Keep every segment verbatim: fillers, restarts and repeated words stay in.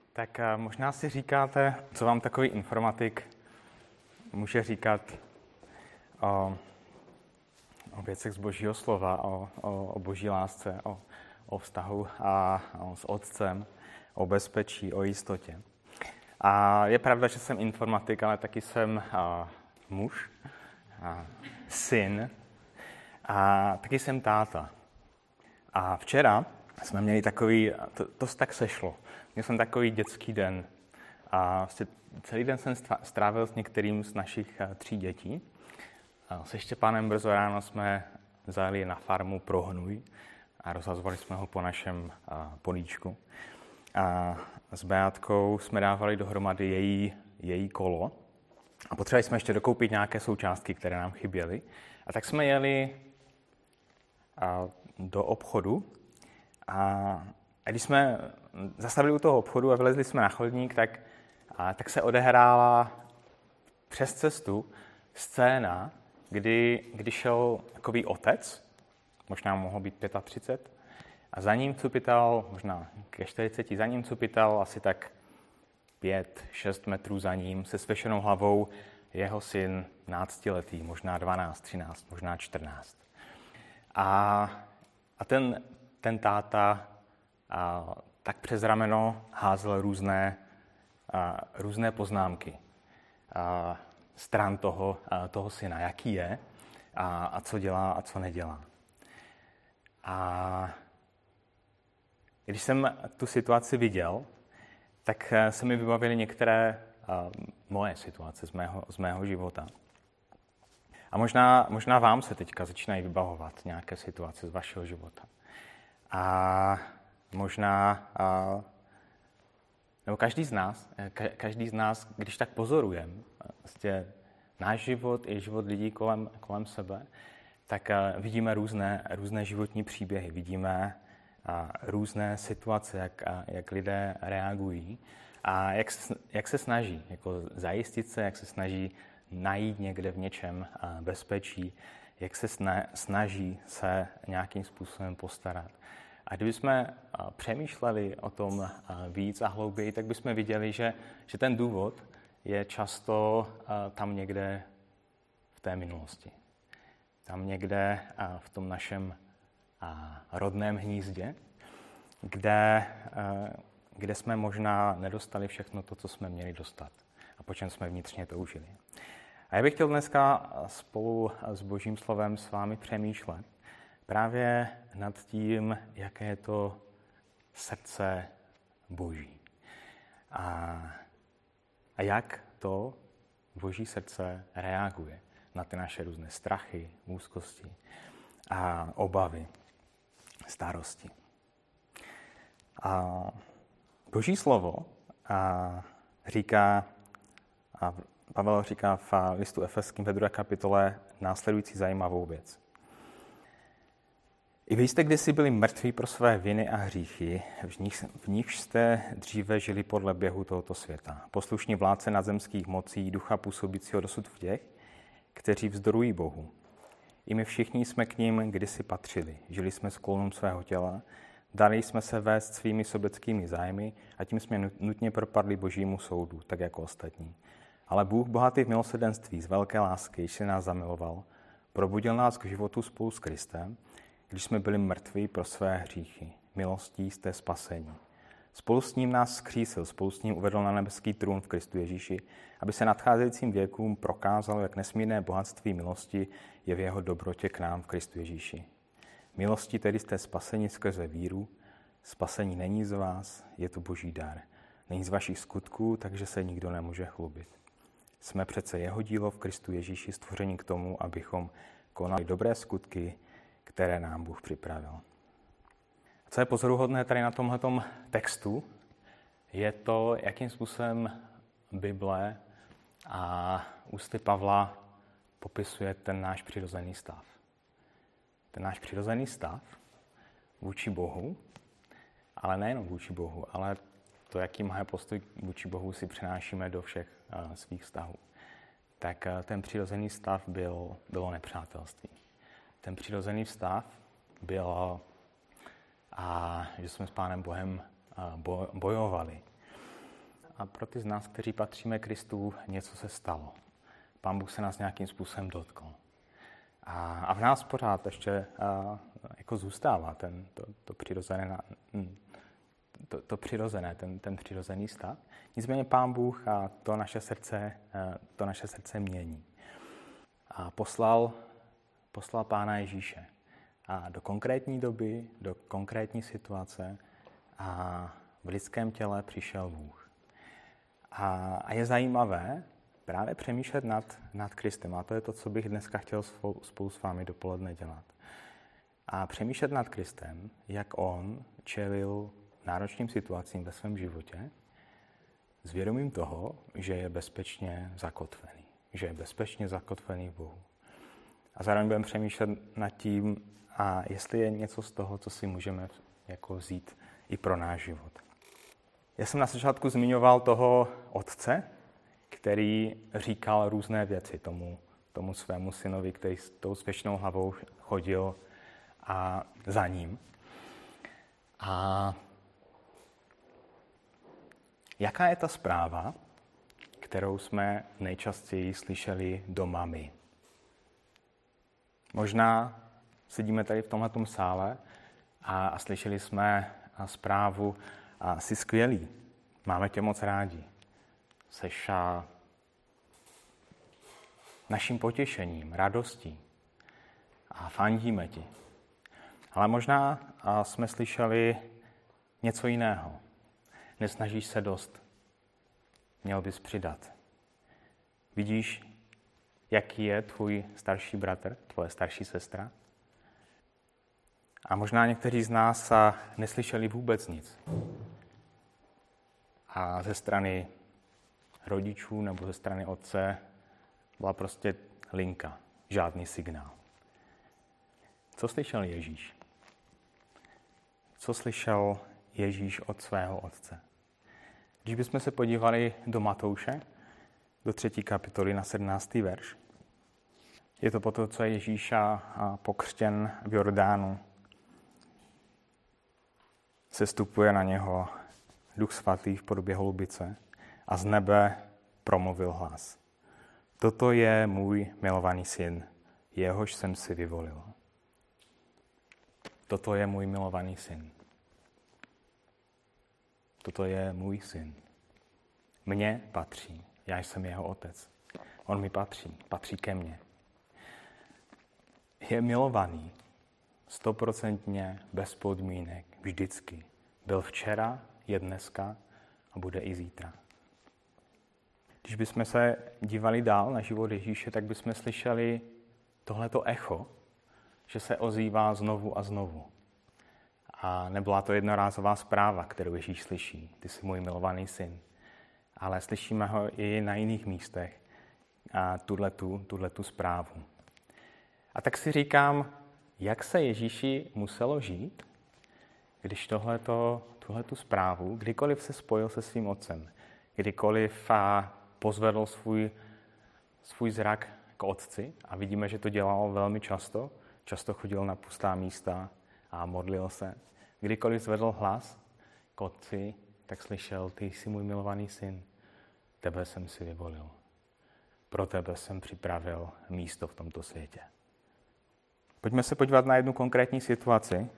Tak možná si říkáte, co vám takový informatik může říkat o, o věcech z Božího slova, o, o, o Boží lásce, o, o vztahu a, o, s Otcem, o bezpečí, o jistotě. A je pravda, že jsem informatik, ale taky jsem a, muž, a, syn a taky jsem táta. A včera jsme měli takový, to, to se tak sešlo, měl jsem takový dětský den a vlastně celý den jsem strávil s některým z našich tří dětí. A se Štěpánem brzo ráno jsme zajeli na farmu pro hnůj a rozhazovali jsme ho po našem políčku. A s Beátkou jsme dávali dohromady její, její kolo a potřebovali jsme ještě dokoupit nějaké součástky, které nám chyběly. A tak jsme jeli do obchodu a když jsme zastavili u toho obchodu a vylezli jsme na chodník, tak, a, tak se odehrála přes cestu scéna, kdy, kdy šel takový otec, možná mohl být třicet pět, a za ním cupital, možná ke čtyřiceti, za ním cupital asi tak pět šest metrů za ním, se svěšenou hlavou jeho syn náctiletý, možná dvanáct, třináct, možná čtrnáct. A, a ten, ten táta a, tak přes rameno házel různé, a, různé poznámky a, stran toho, a, toho syna, jaký je a, a co dělá a co nedělá. A když jsem tu situaci viděl, tak se mi vybavily některé a, moje situace z mého, z mého života. A možná, možná vám se teďka začínají vybavovat nějaké situace z vašeho života. A možná, a, nebo každý z nás, každý z nás, když tak pozorujeme vlastně náš život i život lidí kolem, kolem sebe, tak vidíme různé, různé životní příběhy, vidíme a, různé situace, jak, a, jak lidé reagují a jak se, jak se snaží jako zajistit se, jak se snaží najít někde v něčem bezpečí, jak se snaží se nějakým způsobem postarat. A kdybychom přemýšleli o tom víc a hlouběji, tak bychom viděli, že, že ten důvod je často tam někde v té minulosti. Tam někde v tom našem rodném hnízdě, kde, kde jsme možná nedostali všechno to, co jsme měli dostat a po čem jsme vnitřně toužili. A já bych chtěl dneska spolu s Božím slovem s vámi přemýšlet právě nad tím, jaké je to srdce Boží. A, a jak to Boží srdce reaguje na ty naše různé strachy, úzkosti a obavy, starosti. A Boží slovo a říká, a Pavel říká v listu Efeským ve druhé kapitole následující zajímavou věc. I vy jste kdysi byli mrtví pro své viny a hříchy, v nich, v nich jste dříve žili podle běhu tohoto světa. Poslušní vládce nadzemských mocí, ducha působícího dosud v těch, kteří vzdorují Bohu. I my všichni jsme k ním kdysi patřili. Žili jsme sklonům svého těla, dali jsme se vést svými sobeckými zájmy a tím jsme nutně propadli Božímu soudu, tak jako ostatní. Ale Bůh, bohatý v milosrdenství, z velké lásky, když se nás zamiloval, probudil nás k životu spolu s Kristem, když jsme byli mrtví pro své hříchy. Milostí jste spasení. Spolu s ním nás zkřísil, spolu s ním uvedl na nebeský trůn v Kristu Ježíši, aby se nadcházejícím věkům prokázalo, jak nesmírné bohatství milosti je v jeho dobrotě k nám v Kristu Ježíši. Milostí tedy jste spasení skrze víru. Spasení není z vás, je to Boží dar. Není z vašich skutků, takže se nikdo nemůže chlubit. Jsme přece jeho dílo v Kristu Ježíši stvoření k tomu, abychom konali dobré skutky, které nám Bůh připravil. A co je pozoruhodné tady na tomhletom textu, je to, jakým způsobem Bible a ústy Pavla popisuje ten náš přirozený stav. Ten náš přirozený stav vůči Bohu, ale nejenom vůči Bohu, ale to, jaký máme postoj vůči Bohu, si přenášíme do všech uh, svých vztahů. Tak uh, ten přirozený stav byl, bylo nepřátelství. Ten přirozený stav byl, a, že jsme s Pánem Bohem uh, bojovali. a pro ty z nás, kteří patříme Kristu, něco se stalo. Pán Bůh se nás nějakým způsobem dotkl. A, a v nás pořád ještě a, jako zůstává ten, to, to přirozené, to, to přirozené ten, ten přirozený stav. Nicméně Pán Bůh a to naše srdce, to naše srdce mění. A poslal, poslal Pána Ježíše a do konkrétní doby, do konkrétní situace a v lidském těle přišel Bůh. A, a je zajímavé právě přemýšlet nad, nad Kristem. A to je to, co bych dneska chtěl spolu s vámi dopoledne dělat. A přemýšlet nad Kristem, jak on čelil náročným situacím ve svém životě, s vědomím toho, že je bezpečně zakotvený. Že je bezpečně zakotvený v Bohu. A zároveň budeme přemýšlet nad tím, a jestli je něco z toho, co si můžeme jako vzít i pro náš život. Já jsem na začátku zmiňoval toho otce, který říkal různé věci tomu, tomu svému synovi, který s tou svěšnou hlavou chodil a za ním. A jaká je ta zpráva, kterou jsme nejčastěji slyšeli doma my? Možná sedíme tady v tomhletom sále a, a slyšeli jsme zprávu a jsi skvělý, máme tě moc rádi. Seš a, naším potěšením, radostí a fandíme ti. Ale možná a jsme slyšeli něco jiného. Nesnažíš se dost. Měl bys přidat. Vidíš, jaký je tvůj starší bratr, tvoje starší sestra? A možná někteří z nás neslyšeli vůbec nic. A ze strany rodičů nebo ze strany otce byla prostě linka, žádný signál. Co slyšel Ježíš? Co slyšel Ježíš od svého otce? Když bychom se podívali do Matouše, do třetí kapitoly na sedmnáctý verš, je to po to, co je Ježíš pokřtěn v Jordánu. Sestupuje na něho Duch svatý v podobě holubice a z nebe promluvil hlas. Toto je můj milovaný syn, jehož jsem si vyvolil. Toto je můj milovaný syn. Toto je můj syn. Mně patří. Já jsem jeho otec. On mi patří. Patří ke mně. Je milovaný. Stoprocentně, bez podmínek. Vždycky. Byl včera, je dneska a bude i zítra. Když bychom se dívali dál na život Ježíše, tak bychom slyšeli tohleto echo, že se ozývá znovu a znovu. A nebyla to jednorázová zpráva, kterou Ježíš slyší. Ty jsi můj milovaný syn. Ale slyšíme ho i na jiných místech a tuhletu, tuhletu zprávu. A tak si říkám, jak se Ježíši muselo žít, když tohleto, tuhletu zprávu, kdykoliv se spojil se svým otcem, kdykoliv pozvedl svůj, svůj zrak k otci a vidíme, že to dělal velmi často, často chodil na pustá místa a modlil se. Kdykoliv zvedl hlas k otci, tak slyšel, ty jsi můj milovaný syn, tebe jsem si vyvolil. Pro tebe jsem připravil místo v tomto světě. Pojďme se podívat na jednu konkrétní situaci,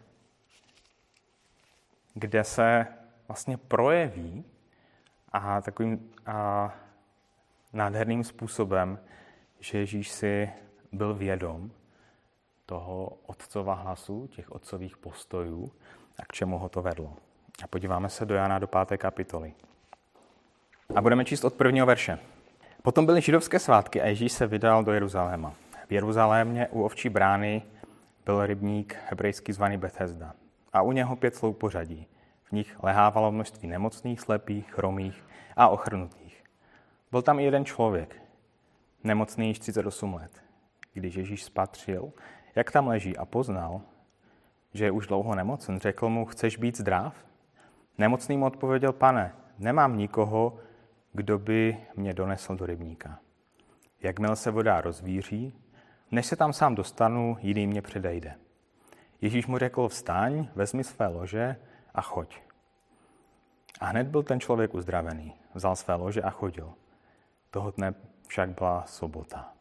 kde se vlastně projeví a takovým a nádherným způsobem, že Ježíš si byl vědom toho otcova hlasu, těch otcových postojů a k čemu ho to vedlo. A podíváme se do Jana do páté kapitoly. A budeme číst od prvního verše. Potom byly židovské svátky a Ježíš se vydal do Jeruzaléma. V Jeruzalémě u ovčí brány byl rybník hebrejský zvaný Bethesda. A u něho pět sloup pořadí. V nich lehávalo množství nemocných, slepých, chromých a ochrnutých. Byl tam i jeden člověk, nemocný již třicet osm let. Když Ježíš spatřil, jak tam leží a poznal, že je už dlouho nemocen, řekl mu, chceš být zdrav? Nemocný mu odpověděl, pane, nemám nikoho, kdo by mě donesl do rybníka. Jakmile se voda rozvíří, než se tam sám dostanu, jiný mě předejde. Ježíš mu řekl, vstaň, vezmi své lože a choď. A hned byl ten člověk uzdravený. Vzal své lože a chodil. Toho dne však byla sobota.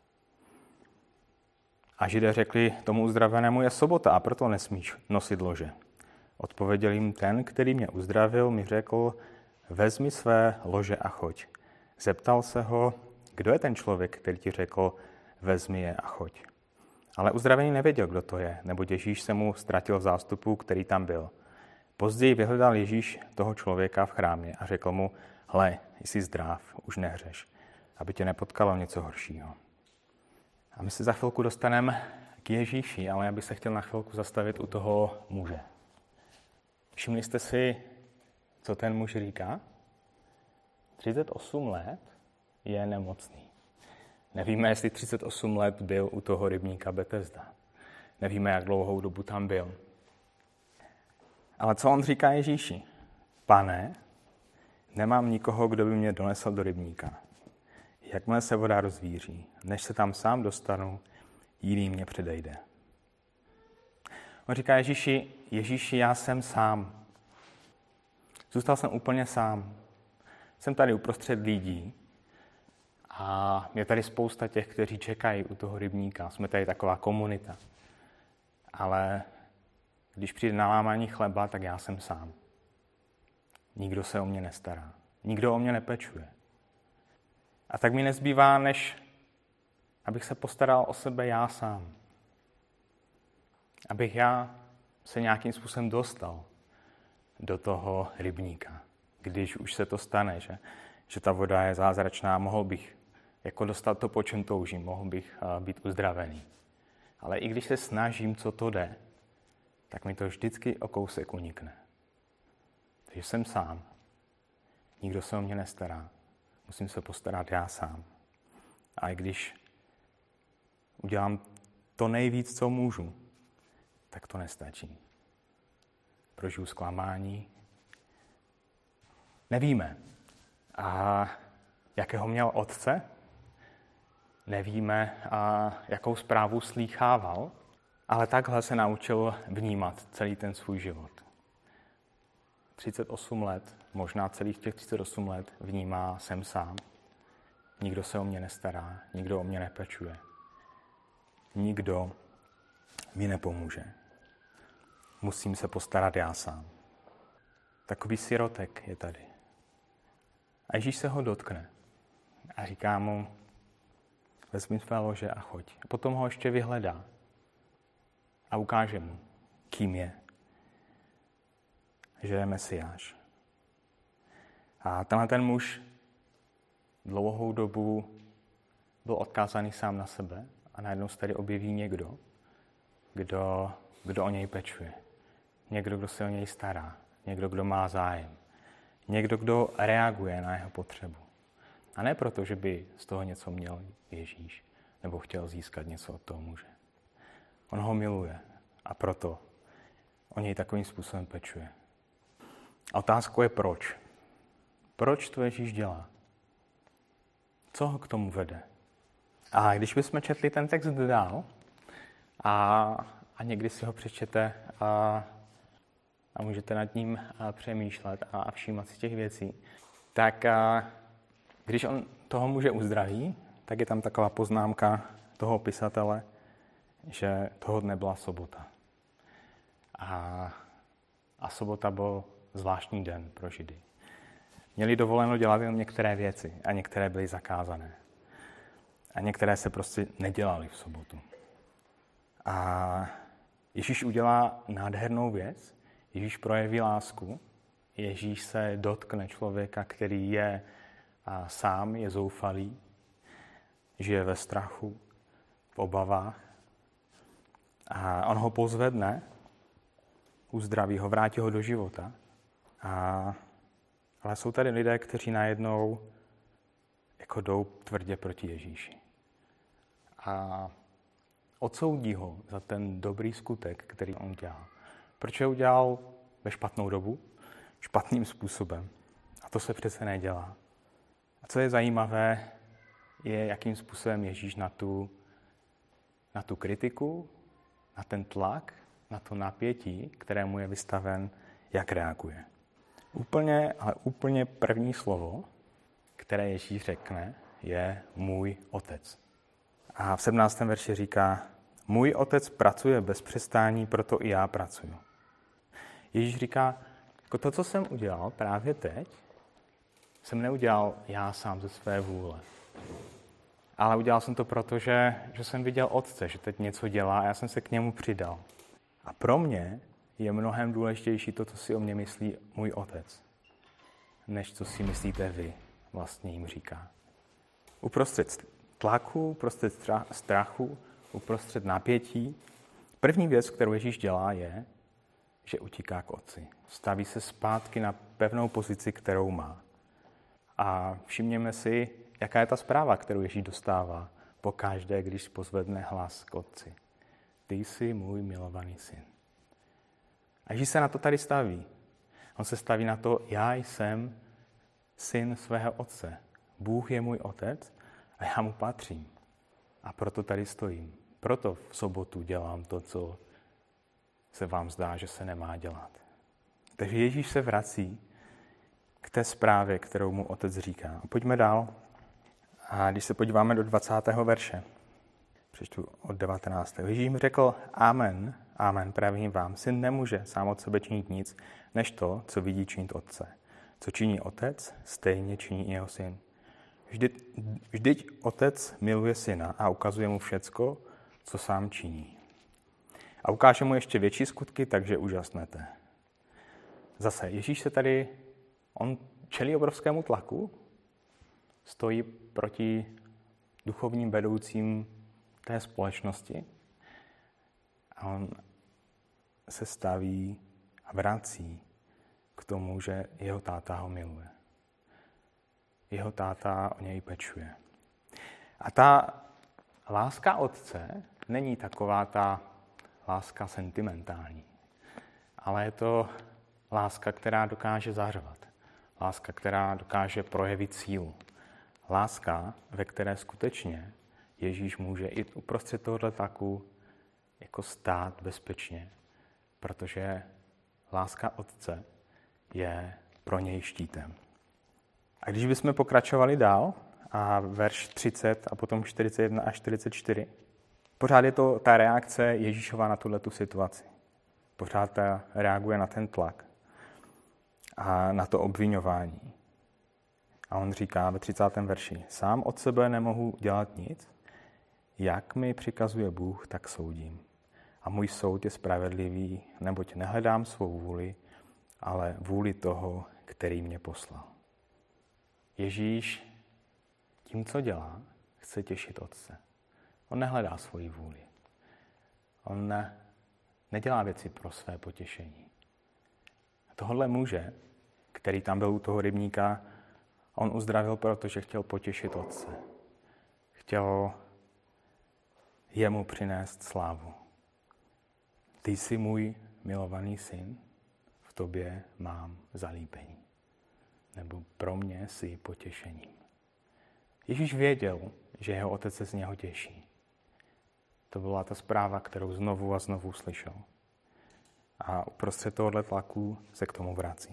A Židé řekli tomu uzdravenému, je sobota a proto nesmíš nosit lože. Odpověděl jim ten, který mě uzdravil, mi řekl, vezmi své lože a choď. Zeptal se ho, kdo je ten člověk, který ti řekl, vezmi je a choď. Ale uzdravený nevěděl, kdo to je, neboť Ježíš se mu ztratil v zástupu, který tam byl. Později vyhledal Ježíš toho člověka v chrámě a řekl mu, hle, jsi zdrav, už nehřeš, aby tě nepotkalo něco horšího. A my se za chvilku dostaneme k Ježíši, ale já bych se chtěl na chvilku zastavit u toho muže. Všimli jste si, co ten muž říká? třicet osm let je nemocný. Nevíme, jestli třicet osm let byl u toho rybníka Betesda. Nevíme, jak dlouhou dobu tam byl. Ale co on říká Ježíši? Pane, nemám nikoho, kdo by mě donesl do rybníka. Jakmile se voda rozvíří, než se tam sám dostanu, jiný mě předejde. On říká Ježíši, Ježíši, já jsem sám. Zůstal jsem úplně sám. Jsem tady uprostřed lidí a je tady spousta těch, kteří čekají u toho rybníka. Jsme tady taková komunita. Ale když přijde na lámání chleba, tak já jsem sám. Nikdo se o mě nestará. Nikdo o mě nepečuje. A tak mi nezbývá, než abych se postaral o sebe já sám. Abych já se nějakým způsobem dostal do toho rybníka. Když už se to stane, že, že ta voda je zázračná, mohl bych jako dostat to, po čem toužím, mohl bych uh, být uzdravený. Ale i když se snažím, co to jde, tak mi to vždycky o kousek unikne. Takže jsem sám. Nikdo se o mě nestará. Musím se postarat já sám. A i když udělám to nejvíc, co můžu, tak to nestačí. Prožiju zklamání. Nevíme, a jakého měl otce, nevíme, a jakou zprávu slýchával, ale takhle se naučil vnímat celý ten svůj život. třicet osm let, možná celých těch třicet osm let vnímá jsem sám. Nikdo se o mě nestará, nikdo o mě nepečuje. Nikdo mi nepomůže. Musím se postarat já sám. Takový sirotek je tady. A Ježíš se ho dotkne a říká mu, vezmi své lože a choď. A potom ho ještě vyhledá a ukáže mu, kým je. Že je Mesiáš. A tenhle ten muž dlouhou dobu byl odkázaný sám na sebe a najednou se tady objeví někdo, kdo, kdo o něj pečuje. Někdo, kdo se o něj stará. Někdo, kdo má zájem. Někdo, kdo reaguje na jeho potřebu. A ne proto, že by z toho něco měl Ježíš, nebo chtěl získat něco od toho muže. On ho miluje a proto o něj takovým způsobem pečuje. A otázkou je proč. Proč to Ježíš dělá? Co ho k tomu vede? A když bychom četli ten text dál a, a někdy si ho přečtete a, a můžete nad ním přemýšlet a, a všímat si těch věcí, tak a, když on toho muže uzdraví, tak je tam taková poznámka toho pisatele, že toho dne byla sobota. A, a sobota byl zvláštní den pro Židy. Měli dovoleno dělat jen některé věci a některé byly zakázané. A některé se prostě nedělaly v sobotu. A Ježíš udělá nádhernou věc. Ježíš projeví lásku. Ježíš se dotkne člověka, který je a sám, je zoufalý, žije ve strachu, v obavách. A on ho pozvedne, uzdraví ho, vrátí ho do života. A, ale jsou tady lidé, kteří najednou jako jdou tvrdě proti Ježíši. A odsoudí ho za ten dobrý skutek, který on dělal. Proč ho udělal ve špatnou dobu, špatným způsobem. A to se přece nedělá. A co je zajímavé, je, jakým způsobem Ježíš na tu, na tu kritiku, na ten tlak, na to napětí, kterému je vystaven, jak reaguje. Úplně, ale úplně první slovo, které Ježíš řekne, je můj otec. A v sedmnáctém verši říká, můj otec pracuje bez přestání, proto i já pracuji. Ježíš říká, jako to, co jsem udělal právě teď, jsem neudělal já sám ze své vůle. Ale udělal jsem to proto, že, že jsem viděl otce, že teď něco dělá a já jsem se k němu přidal. A pro mě je mnohem důležitější to, co si o mě myslí můj otec, než co si myslíte vy, vlastně jim říká. Uprostřed tlaku, uprostřed strachu, uprostřed napětí, první věc, kterou Ježíš dělá, je, že utíká k otci. Staví se zpátky na pevnou pozici, kterou má. A všimněme si, jaká je ta zpráva, kterou Ježíš dostává pokaždé, když pozvedne hlas k otci. Ty jsi můj milovaný syn. A Ježíš se na to tady staví. On se staví na to, já jsem syn svého otce. Bůh je můj otec a já mu patřím. A proto tady stojím. Proto v sobotu dělám to, co se vám zdá, že se nemá dělat. Takže Ježíš se vrací k té zprávě, kterou mu otec říká. A pojďme dál. A když se podíváme do dvacátého verše, přečtu od devatenáctého Ježíš jim řekl, amen, amen, pravím vám, syn nemůže sám od sebe činit nic, než to, co vidí činit otce. Co činí otec, stejně činí i jeho syn. Vždyť, vždyť otec miluje syna a ukazuje mu všecko, co sám činí. A ukáže mu ještě větší skutky, takže úžasnete. Zase, Ježíš se tady, on čelí obrovskému tlaku, stojí proti duchovním vedoucím té společnosti a on se staví a vrací k tomu, že jeho táta ho miluje. Jeho táta o něj pečuje. A ta láska otce není taková ta láska sentimentální, ale je to láska, která dokáže zařvat. Láska, která dokáže projevit sílu. Láska, ve které skutečně Ježíš může i uprostřed tohoto tlaku jako stát bezpečně, protože láska otce je pro něj štítem. A když bychom pokračovali dál, a verš třicet a potom čtyřicet jedna až čtyřicet čtyři, pořád je to ta reakce Ježíšova na tuhletu situaci. Pořád ta reaguje na ten tlak a na to obviňování. A on říká ve třicátém verši, sám od sebe nemohu dělat nic, jak mi přikazuje Bůh, tak soudím. A můj soud je spravedlivý, neboť nehledám svou vůli, ale vůli toho, který mě poslal. Ježíš tím, co dělá, chce těšit otce. On nehledá svoji vůli. On ne, nedělá věci pro své potěšení. Tohle muže, který tam byl u toho rybníka, on uzdravil, protože chtěl potěšit otce. Chtěl jemu přinést slávu. Ty jsi můj milovaný syn, v tobě mám zalíbení. Nebo pro mě jsi potěšením. Ježíš věděl, že jeho otec se z něho těší. To byla ta zpráva, kterou znovu a znovu slyšel. A uprostřed tohohle tlaku se k tomu vrací.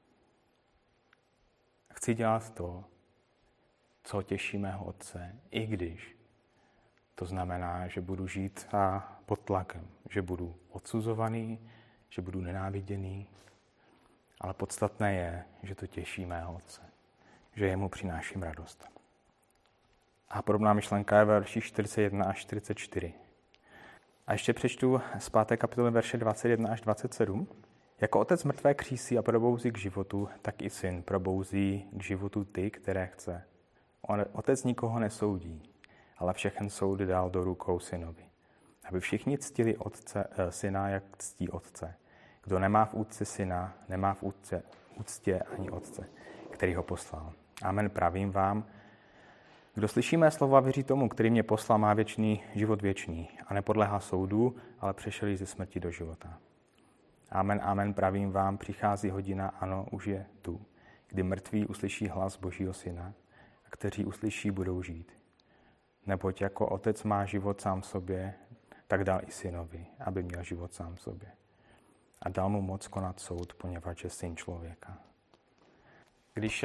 Chci dělat to, co těší mého otce, i když to znamená, že budu žít pod tlakem, že budu odsuzovaný, že budu nenáviděný, ale podstatné je, že to těší mého otce, že jemu přináším radost. A podobná myšlenka je ve verších čtyřicet jedna až čtyřicet čtyři. A ještě přečtu z páté kapitoly verše dvacet jedna až dvacet sedm. Jako otec mrtvé křísí a probouzí k životu, tak i syn probouzí k životu ty, které chce. Otec nikoho nesoudí, ale všechen soud dal do rukou synovi. Aby všichni ctili otce, syna, jak ctí otce. Kdo nemá v úctě syna, nemá v úctě, úctě ani otce, který ho poslal. Amen, pravím vám. Kdo slyší mé slova, věří tomu, který mě poslal, má věčný život věčný a nepodléhá soudu, ale přešel ze smrti do života. Amen, amen, pravím vám, přichází hodina, ano, už je tu, kdy mrtví uslyší hlas Božího syna a kteří uslyší, budou žít. Neboť jako otec má život sám sobě, tak dal i synovi, aby měl život sám sobě. A dal mu moc konat soud, poněvadž je syn člověka. když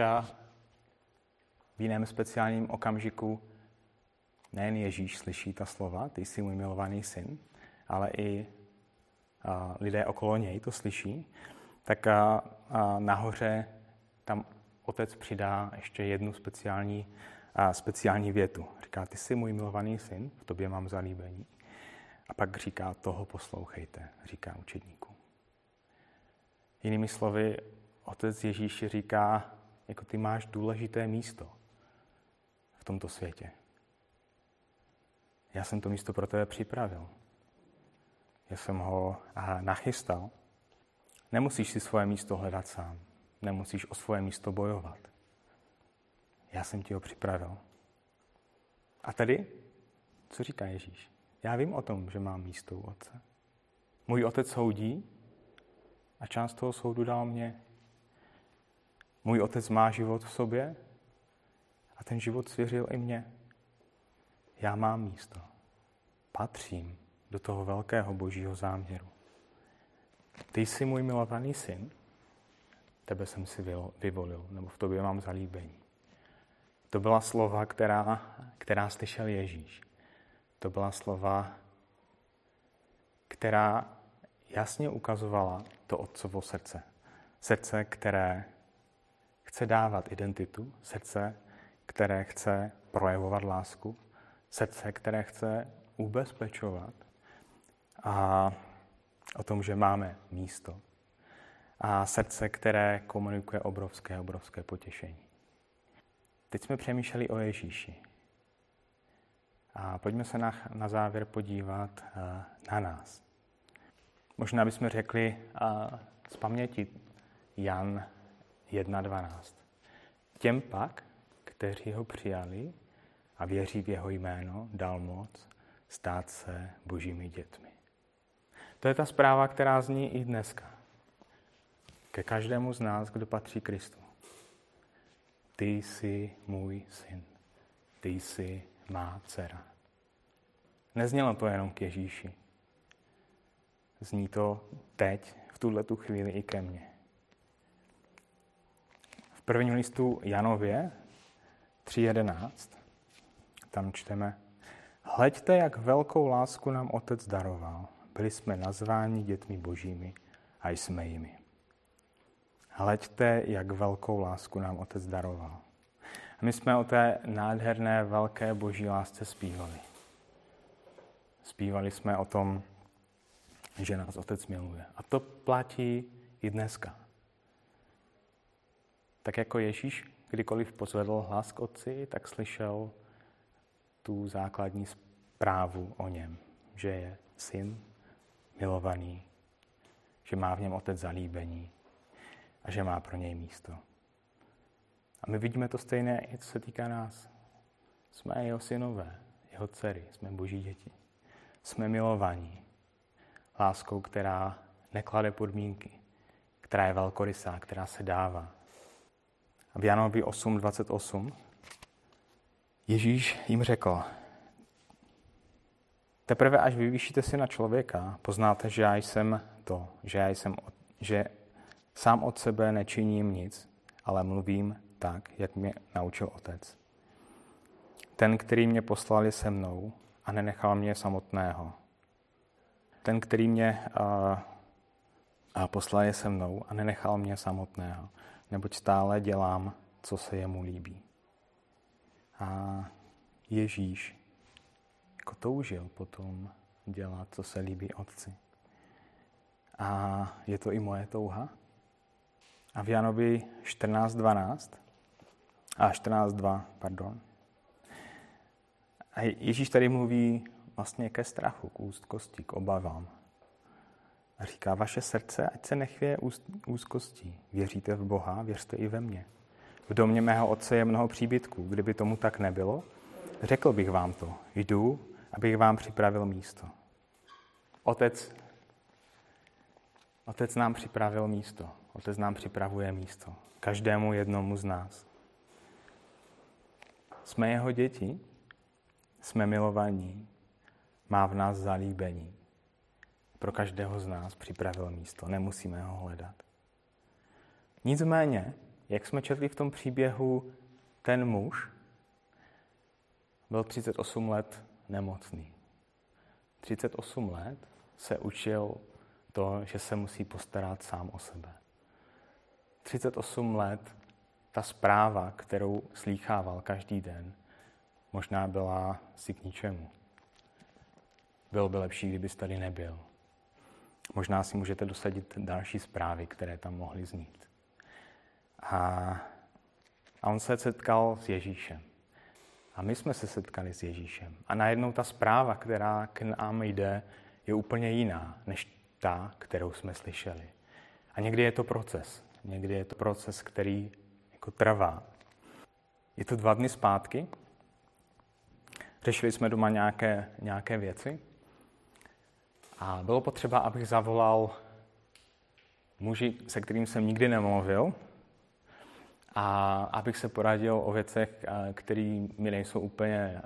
v jiném speciálním okamžiku nejen Ježíš slyší ta slova, ty jsi můj milovaný syn, ale i a, lidé okolo něj to slyší, tak a, a nahoře tam otec přidá ještě jednu speciální, a, speciální větu. Říká, ty jsi můj milovaný syn, v tobě mám zalíbení. A pak říká, toho poslouchejte, říká učedníkům. Jinými slovy, otec Ježíši říká, jako ty máš důležité místo v tomto světě. Já jsem to místo pro tebe připravil. Já jsem ho nachystal. Nemusíš si svoje místo hledat sám. Nemusíš o svoje místo bojovat. Já jsem ti ho připravil. A tady, co říká Ježíš? Já vím o tom, že mám místo u otce. Můj otec soudí a část toho soudu dal mě. Můj otec má život v sobě a ten život svěřil i mně. Já mám místo. Patřím do toho velkého božího záměru. Ty jsi můj milovaný syn, tebe jsem si vyvolil, nebo v tobě mám zalíbení. To byla slova, která, která slyšel Ježíš. To byla slova, která jasně ukazovala to otcovo srdce. Srdce, které chce dávat identitu, srdce, které chce projevovat lásku, srdce, které chce ubezpečovat a o tom, že máme místo. A srdce, které komunikuje obrovské, obrovské potěšení. Teď jsme přemýšleli o Ježíši. A pojďme se na, na závěr podívat uh, na nás. Možná bychom řekli uh, z paměti Jan jedna dvanáct. Těm pak, kteří ho přijali a věří v jeho jméno, dal moc stát se božími dětmi. To je ta zpráva, která zní i dneska. Ke každému z nás, kdo patří Kristu. Ty jsi můj syn. Ty jsi má dcera. Neznělo to jenom k Ježíši. Zní to teď, v tuhletu chvíli i ke mně. V prvním listu Janově tři jedenáct tam čteme: Hleďte, jak velkou lásku nám Otec daroval. Byli jsme nazváni dětmi božími a jsme jimi. Hleďte, jak velkou lásku nám Otec daroval. A my jsme o té nádherné, velké boží lásce zpívali. Zpívali jsme o tom, že nás Otec miluje. A to platí i dneska. Tak jako Ježíš kdykoliv pozvedl hlas k Otci, tak slyšel tu základní zprávu o něm, že je syn milovaný, že má v něm Otec zalíbení a že má pro něj místo. A my vidíme to stejné, i co se týká nás. Jsme jeho synové, jeho dcery, jsme boží děti. Jsme milovaní láskou, která neklade podmínky, která je velkorysá, která se dává. A v Janovi osm dvacet osm Ježíš jim řekl: Teprve až vyvýšíte si na člověka, poznáte, že já jsem to, že já jsem, že sám od sebe nečiním nic, ale mluvím tak, jak mě naučil Otec. Ten, který mě poslal, je se mnou a nenechal mě samotného. Ten, který mě uh, a poslal, je se mnou a nenechal mě samotného, neboť stále dělám, co se jemu líbí. A Ježíš jako toužil potom dělat, co se líbí Otci. A je to i moje touha. A v Janovi čtrnáct dvanáct a čtrnáct dva, pardon. A Ježíš tady mluví vlastně ke strachu, k úzkosti, k obavám. A říká, vaše srdce, ať se nechvěje úzkostí. Věříte v Boha, věřte i ve mně. V domě mého Otce je mnoho příbytků. Kdyby tomu tak nebylo, řekl bych vám to. Jdu, abych vám připravil místo. Otec, Otec nám připravil místo. Otec nám připravuje místo. Každému jednomu z nás. Jsme jeho děti, jsme milovaní, má v nás zalíbení. Pro každého z nás připravil místo, nemusíme ho hledat. Nicméně jak jsme četli v tom příběhu, ten muž byl třicet osm let nemocný. třicet osm let se učil to, že se musí postarat sám o sebe. třicet osm let ta zpráva, kterou slýchával každý den, možná byla si k ničemu. Bylo by lepší, kdybys tady nebyl. Možná si můžete dosadit další zprávy, které tam mohly znít. A, a on se setkal s Ježíšem. A my jsme se setkali s Ježíšem. A najednou ta zpráva, která k nám jde, je úplně jiná, než ta, kterou jsme slyšeli. A někdy je to proces. Někdy je to proces, který jako trvá. Je to dva dny zpátky. Řešili jsme doma nějaké, nějaké věci. A bylo potřeba, abych zavolal muži, se kterým jsem nikdy nemluvil, a abych se poradil o věcech, které mi nejsou úplně...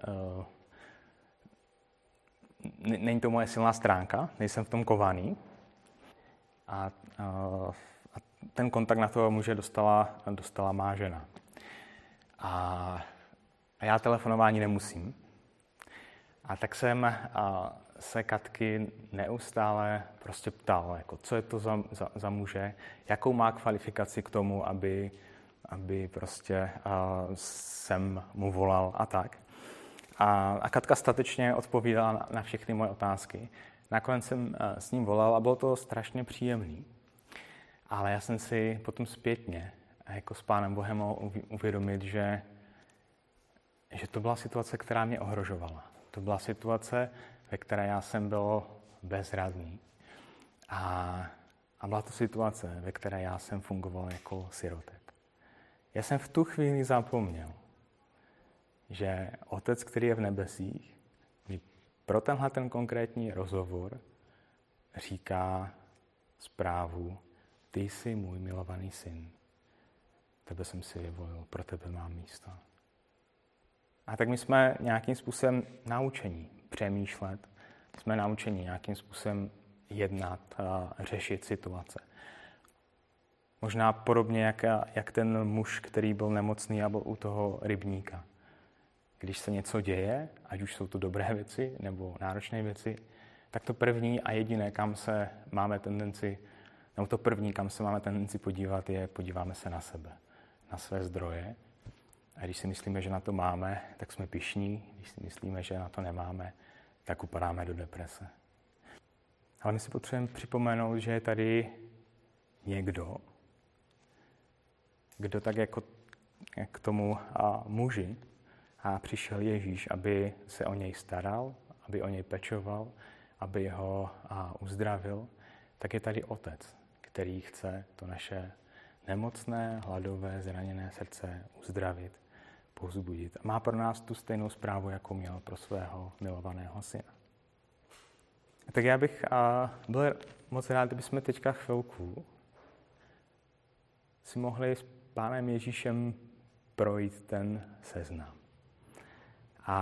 Není to moje silná stránka, nejsem v tom kovaný. A, a ten kontakt na toho muže dostala, dostala má žena. A, a já telefonování nemusím. A tak jsem a, se Katky neustále prostě ptal, jako, co je to za, za, za muže, jakou má kvalifikaci k tomu, aby, aby prostě a, jsem mu volal a tak. A, a Katka statečně odpovídala na, na všechny moje otázky. Nakonec jsem a, s ním volal a bylo to strašně příjemný. Ale já jsem si potom zpětně jako s Pánem Bohem mohl uvědomit, že, že to byla situace, která mě ohrožovala. To byla situace, ve které já jsem byl bezradný. A, a byla to situace, ve které já jsem fungoval jako sirotek. Já jsem v tu chvíli zapomněl, že Otec, který je v nebesích, mi pro tenhle ten konkrétní rozhovor říká zprávu: ty jsi můj milovaný syn. Tebe jsem si vyvolil, pro tebe mám místo. A tak my jsme nějakým způsobem naučení přemýšlet, jsme naučení nějakým způsobem jednat a řešit situace. Možná podobně jak, jak ten muž, který byl nemocný a byl u toho rybníka. Když se něco děje, ať už jsou to dobré věci nebo náročné věci, tak to první a jediné, kam se máme tendenci, nebo to první, kam se máme tendenci podívat, je podíváme se na sebe, na své zdroje. A když si myslíme, že na to máme, tak jsme pyšní. Když si myslíme, že na to nemáme, tak upadáme do deprese. Ale my si potřebujeme připomenout, že je tady někdo, kdo tak jako k tomu a muži a přišel Ježíš, aby se o něj staral, aby o něj pečoval, aby ho a uzdravil, tak je tady Otec, který chce to naše nemocné, hladové, zraněné srdce uzdravit, povzbudit. A má pro nás tu stejnou zprávu, jako měl pro svého milovaného syna. Tak já bych a byl moc rád, kdybychom teďka chvilku si mohli s Pánem Ježíšem projít ten seznam. A,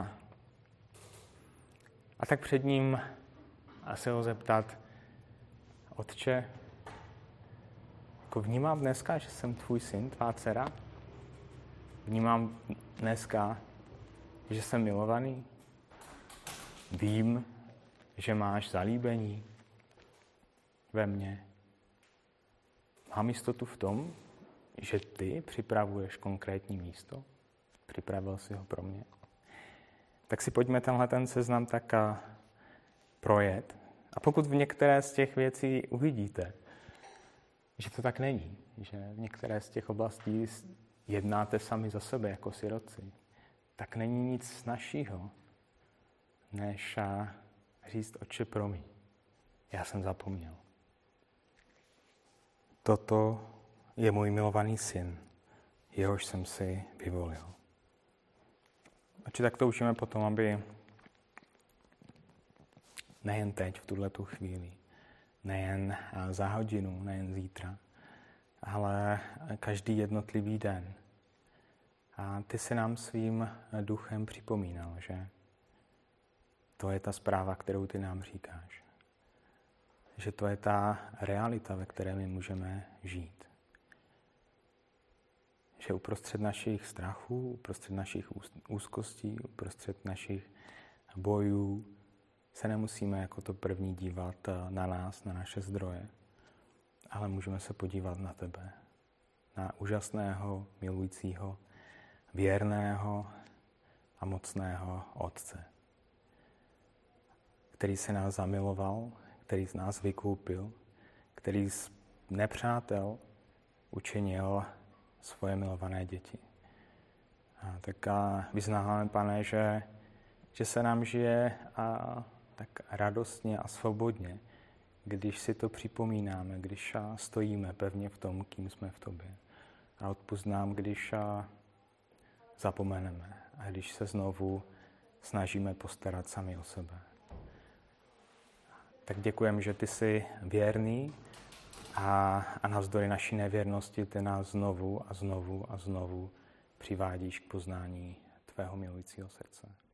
a tak před ním se ho zeptat: Otče, jako vnímám dneska, že jsem tvůj syn, tvá dcera? Vnímám dneska, že jsem milovaný? Vím, že máš zalíbení ve mně? Mám jistotu v tom, že ty připravuješ konkrétní místo? Připravil jsi ho pro mě? Tak si pojďme tenhle ten seznam tak a projet. A pokud v některé z těch věcí uvidíte, že to tak není, že v některé z těch oblastí jednáte sami za sebe jako sirotci, tak není nic snazšího, než říct: Otče, promiň, já jsem zapomněl. Toto je můj milovaný syn, jehož jsem si vyvolil. Otče, tak to učíme potom, aby nejen teď, v tuhletu chvíli, nejen za hodinu, nejen zítra, ale každý jednotlivý den. A ty si nám svým duchem připomínal, že to je ta zpráva, kterou ty nám říkáš. Že to je ta realita, ve které my můžeme žít. že uprostřed našich strachů, uprostřed našich úzkostí, uprostřed našich bojů se nemusíme jako to první dívat na nás, na naše zdroje, ale můžeme se podívat na tebe, na úžasného, milujícího, věrného a mocného Otce, který se nás zamiloval, který z nás vykoupil, který z nepřátel učinil svoje milované děti. A tak a vyznáváme, Pane, že, že se nám žije a tak radostně a svobodně, když si to připomínáme, když a stojíme pevně v tom, kým jsme v tobě. A odpusť nám, když a zapomeneme a když se znovu snažíme postarat sami o sebe. Tak děkujeme, že ty jsi věrný a, a navzdory naší nevěrnosti ty nás znovu a znovu a znovu přivádíš k poznání tvého milujícího srdce.